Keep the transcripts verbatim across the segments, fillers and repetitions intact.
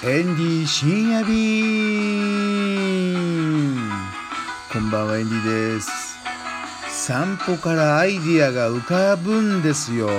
エンディ深夜便。こんばんは、エンディです。散歩からアイディアが浮かぶんですよ。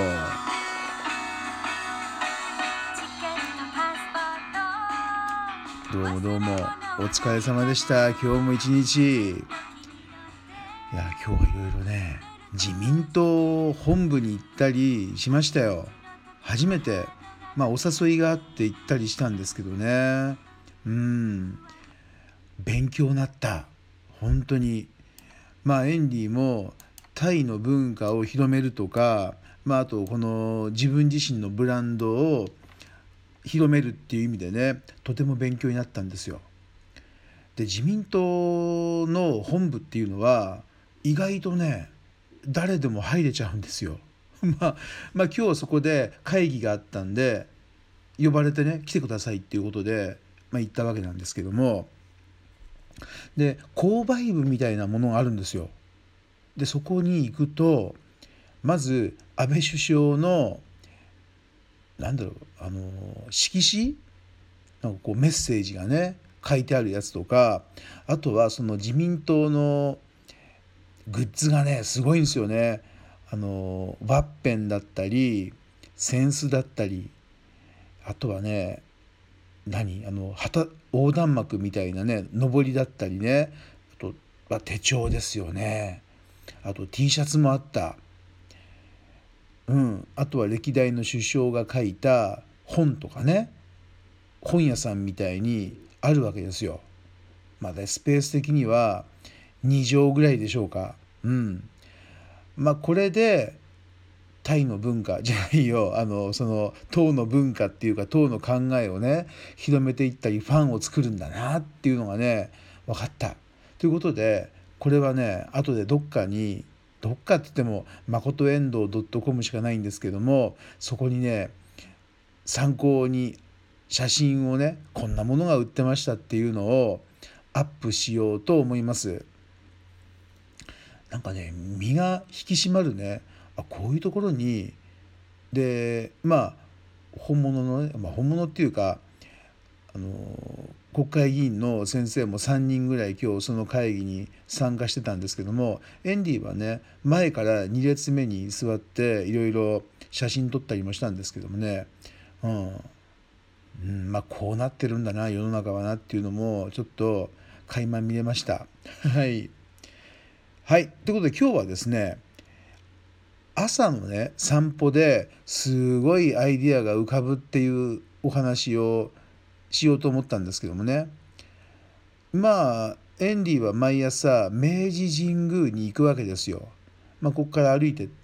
どうもどうもお疲れ様でした。今日も一日、いや今日はいろいろね、自民党本部に行ったりしましたよ。初めてまあお誘いがあって行ったりしたんですけどね。うん勉強になった。本当に。まあエンディもタイの文化を広めるとか、まあ、あとこの自分自身のブランドを広めるっていう意味でね、とても勉強になったんですよ。で自民党の本部っていうのは意外とね、誰でも入れちゃうんですよ。まあ、まあ今日そこで会議があったんで呼ばれてね、来てくださいっていうことで、まあ、行ったわけなんですけども、で購買部みたいなものがあるんですよ。でそこに行くと、まず安倍首相のなんだろう、あの色紙なんかこうメッセージがね書いてあるやつとか、あとはその自民党のグッズがねすごいんですよね。あのワッペンだったり扇子だったり、あとはね、何あの旗横断幕みたいなね上りだったりね、あとは手帳ですよね。あと T シャツもあった。うん、あとは歴代の首相が書いた本とかね、本屋さんみたいにあるわけですよ。まだスペース的にはに畳ぐらいでしょうか。うん。まあこれでタイの文化じゃないよ、あのその党の文化っていうか党の考えをね広めていったりファンを作るんだなっていうのがね分かった。ということで、これはね後でどっかに、どっかって言ってもまことえんどう .com しかないんですけども、そこにね参考に写真をね、こんなものが売ってましたっていうのをアップしようと思います。なんかね身が引き締まるね。あ、こういうところに、でまあ本物のね、まあ、本物っていうか、あの国会議員の先生もさんにんぐらい今日その会議に参加してたんですけども、エンディはね前からに列目に座っていろいろ写真撮ったりもしたんですけどもね、うんうん、まあこうなってるんだな世の中はなっていうのもちょっと垣間見れました。はいはい。ということで今日はですね、朝のね散歩ですごいアイディアが浮かぶっていうお話をしようと思ったんですけどもね。まあエンディは毎朝明治神宮に行くわけですよ。まあここから歩いてって、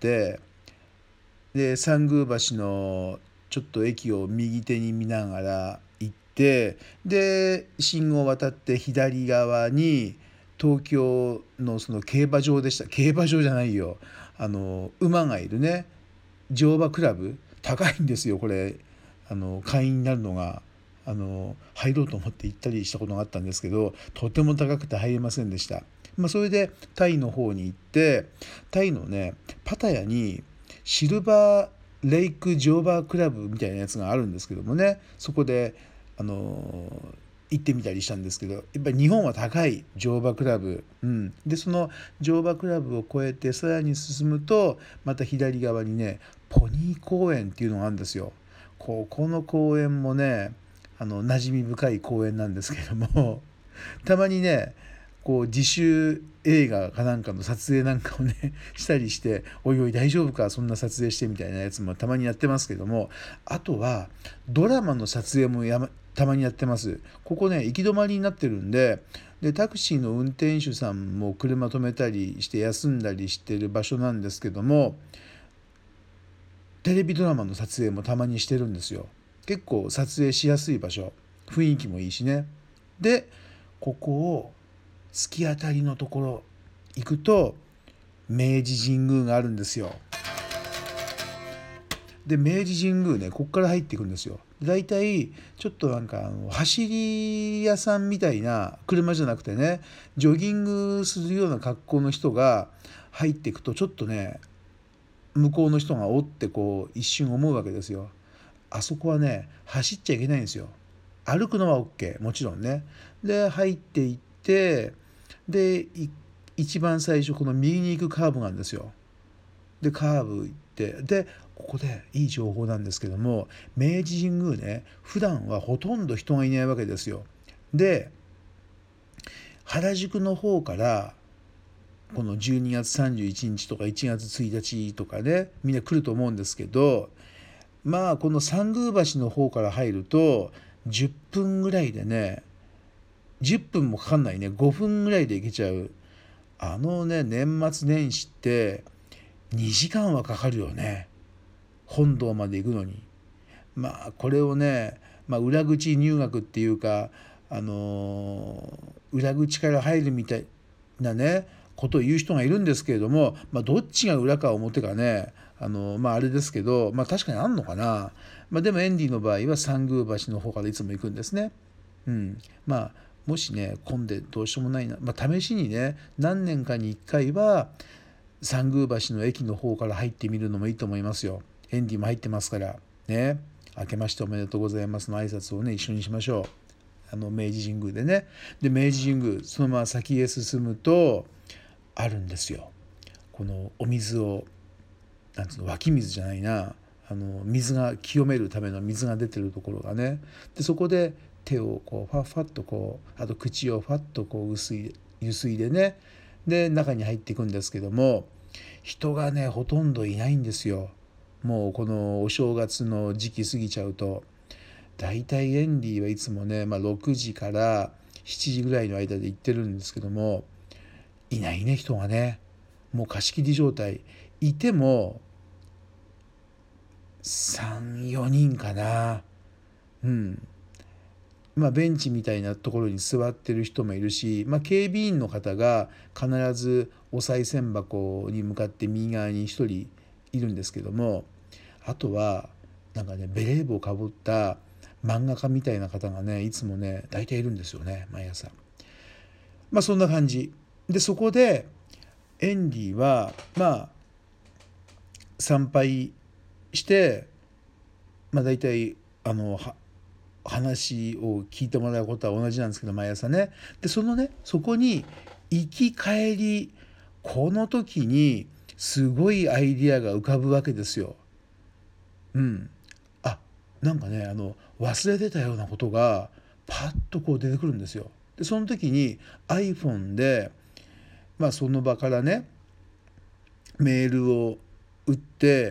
で三宮橋のちょっと駅を右手に見ながら行って、で信号を渡って左側に東京のその競馬場でした。競馬場じゃないよ、あの馬がいるね乗馬クラブ、高いんですよこれ。あの会員になるのが、あの入ろうと思って行ったりしたことがあったんですけど、とても高くて入れませんでした。まあ、それでタイの方に行って、タイのねパタヤにシルバーレイク乗馬クラブみたいなやつがあるんですけどもね、そこであの行ってみたりしたんですけど、やっぱり日本は高い乗馬クラブ、うん、でその乗馬クラブを越えてさらに進むとまた左側にねポニー公園っていうのがあるんですよ。ここの公園もね、あの馴染み深い公園なんですけども、たまにねこう自主映画かなんかの撮影なんかをねしたりして、おいおい大丈夫かそんな撮影してみたいなやつもたまにやってますけども、あとはドラマの撮影もや、ま、たまにやってます。ここね行き止まりになってるんで、でタクシーの運転手さんも車止めたりして休んだりしてる場所なんですけども、テレビドラマの撮影もたまにしてるんですよ。結構撮影しやすい場所、雰囲気もいいしね。でここを突き当たりのところ行くと明治神宮があるんですよ。で明治神宮ねこっから入っていくんですよ。だいたいちょっとなんかあの走り屋さんみたいな車じゃなくてね、ジョギングするような格好の人が入っていくと、ちょっとね向こうの人がおってこう一瞬思うわけですよ。あそこはね走っちゃいけないんですよ。 歩くのは OK、 もちろんね。で入っていって、で一番最初この右に行くカーブがあるんですよ。でカーブ行って、でここでいい情報なんですけども、明治神宮ね、普段はほとんど人がいないわけですよ。で原宿の方からこのじゅうにがつさんじゅういちにちとかいちがつついたちとかね、みんな来ると思うんですけど、まあこの三宮橋の方から入るとじゅっぷんぐらいでね、じゅっぷんもかかんないね、ごふんぐらいで行けちゃう。あのね、年末年始ってにじかんはかかるよね、本堂まで行くのに。まあこれをね、まあ、裏口入学っていうか、あのー、裏口から入るみたいなねことを言う人がいるんですけれども、まあ、どっちが裏か表かね、あのー、まああれですけど、まあ確かにあんのかな。まあでもエンディの場合は三宮橋の方からいつも行くんですね。うん、まあもしね混んでどうしようもないな、まあ、試しにね何年かにいっかいは三宮橋の駅の方から入ってみるのもいいと思いますよ。エンディも入ってますからね。明けましておめでとうございますの挨拶をね一緒にしましょう。あの明治神宮でね。で明治神宮そのまま先へ進むとあるんですよ、このお水を、なんつうの、湧き水じゃないな、あの水が清めるための水が出てるところがね。でそこで手をこうファッファッとこう、あと口をファッとこう薄いゆすいでね、で中に入っていくんですけども、人がねほとんどいないんですよ。もうこのお正月の時期過ぎちゃうと、だいたいエンディはいつもね、まあ、ろくじからしちじぐらいの間で行ってるんですけども、いないね人がね。もう貸し切り状態。いてもさん、よにんかな。うん。まあベンチみたいなところに座ってる人もいるし、まあ、警備員の方が必ずお賽銭箱に向かって右側に一人いるんですけども、あとはなんかねベレー帽をかぶった漫画家みたいな方がねいつもね大体いるんですよね、毎朝。まあそんな感じで、そこでエンディはまあ参拝して、まあ大体あの話を聞いてもらうことは同じなんですけど、毎朝ね。でそのねそこに行き帰り、この時にすごいアイディアが浮かぶわけですよ。うん。あ、なんかねあの忘れてたようなことがパッとこう出てくるんですよ。でその時に iPhone で、まあ、その場からねメールを打って、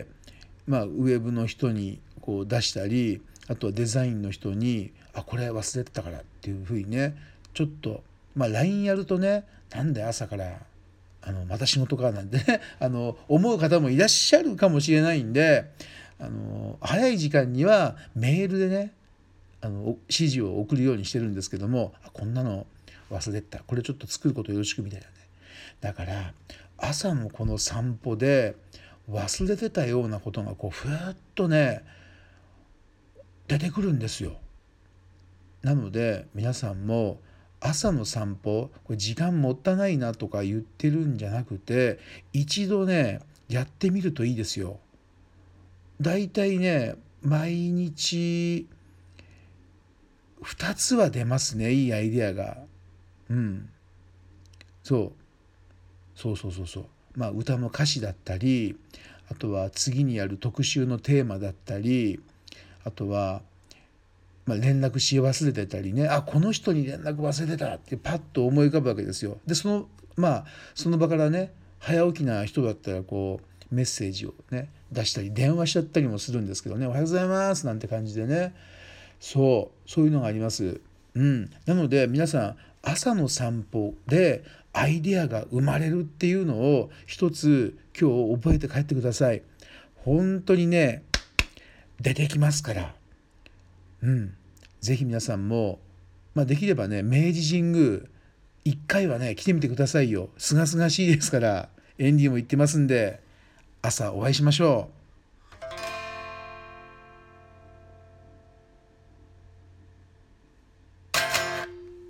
まあ、ウェブの人にこう出したり、あとはデザインの人に「あこれ忘れてたから」っていうふうにね、ちょっとまあ ライン やるとね、なんで朝からあのまた仕事かなんてねあの思う方もいらっしゃるかもしれないんで、あの早い時間にはメールでねあの指示を送るようにしてるんですけども、あこんなの忘れてた、これちょっと作ることよろしくみたいなね。だから朝のこの散歩で忘れてたようなことがこうふーっとね出てくるんですよ。なので皆さんも朝の散歩、これ時間もったいないなとか言ってるんじゃなくて、一度ねやってみるといいですよ。だいたいね毎日ふたつは出ますね、いいアイデアが。うんそうそうそうそうそう。まあ歌の歌詞だったり、あとは次にやる特集のテーマだったり、あとはまあ連絡し忘れてたりね、あこの人に連絡忘れてたってパッと思い浮かぶわけですよ。でそのまあその場からね早起きな人だったらこうメッセージをね出したり電話しちゃったりもするんですけどね、おはようございますなんて感じでね、そうそういうのがあります。うん、なので皆さん朝の散歩でアイデアが生まれるっていうのを一つ今日覚えて帰ってください。本当にね出てきますから。うん、ぜひ皆さんも、まあ、できればね明治神宮一回はね来てみてくださいよ。すがすがしいですから。エンディも言ってますんで、朝お会いしましょう。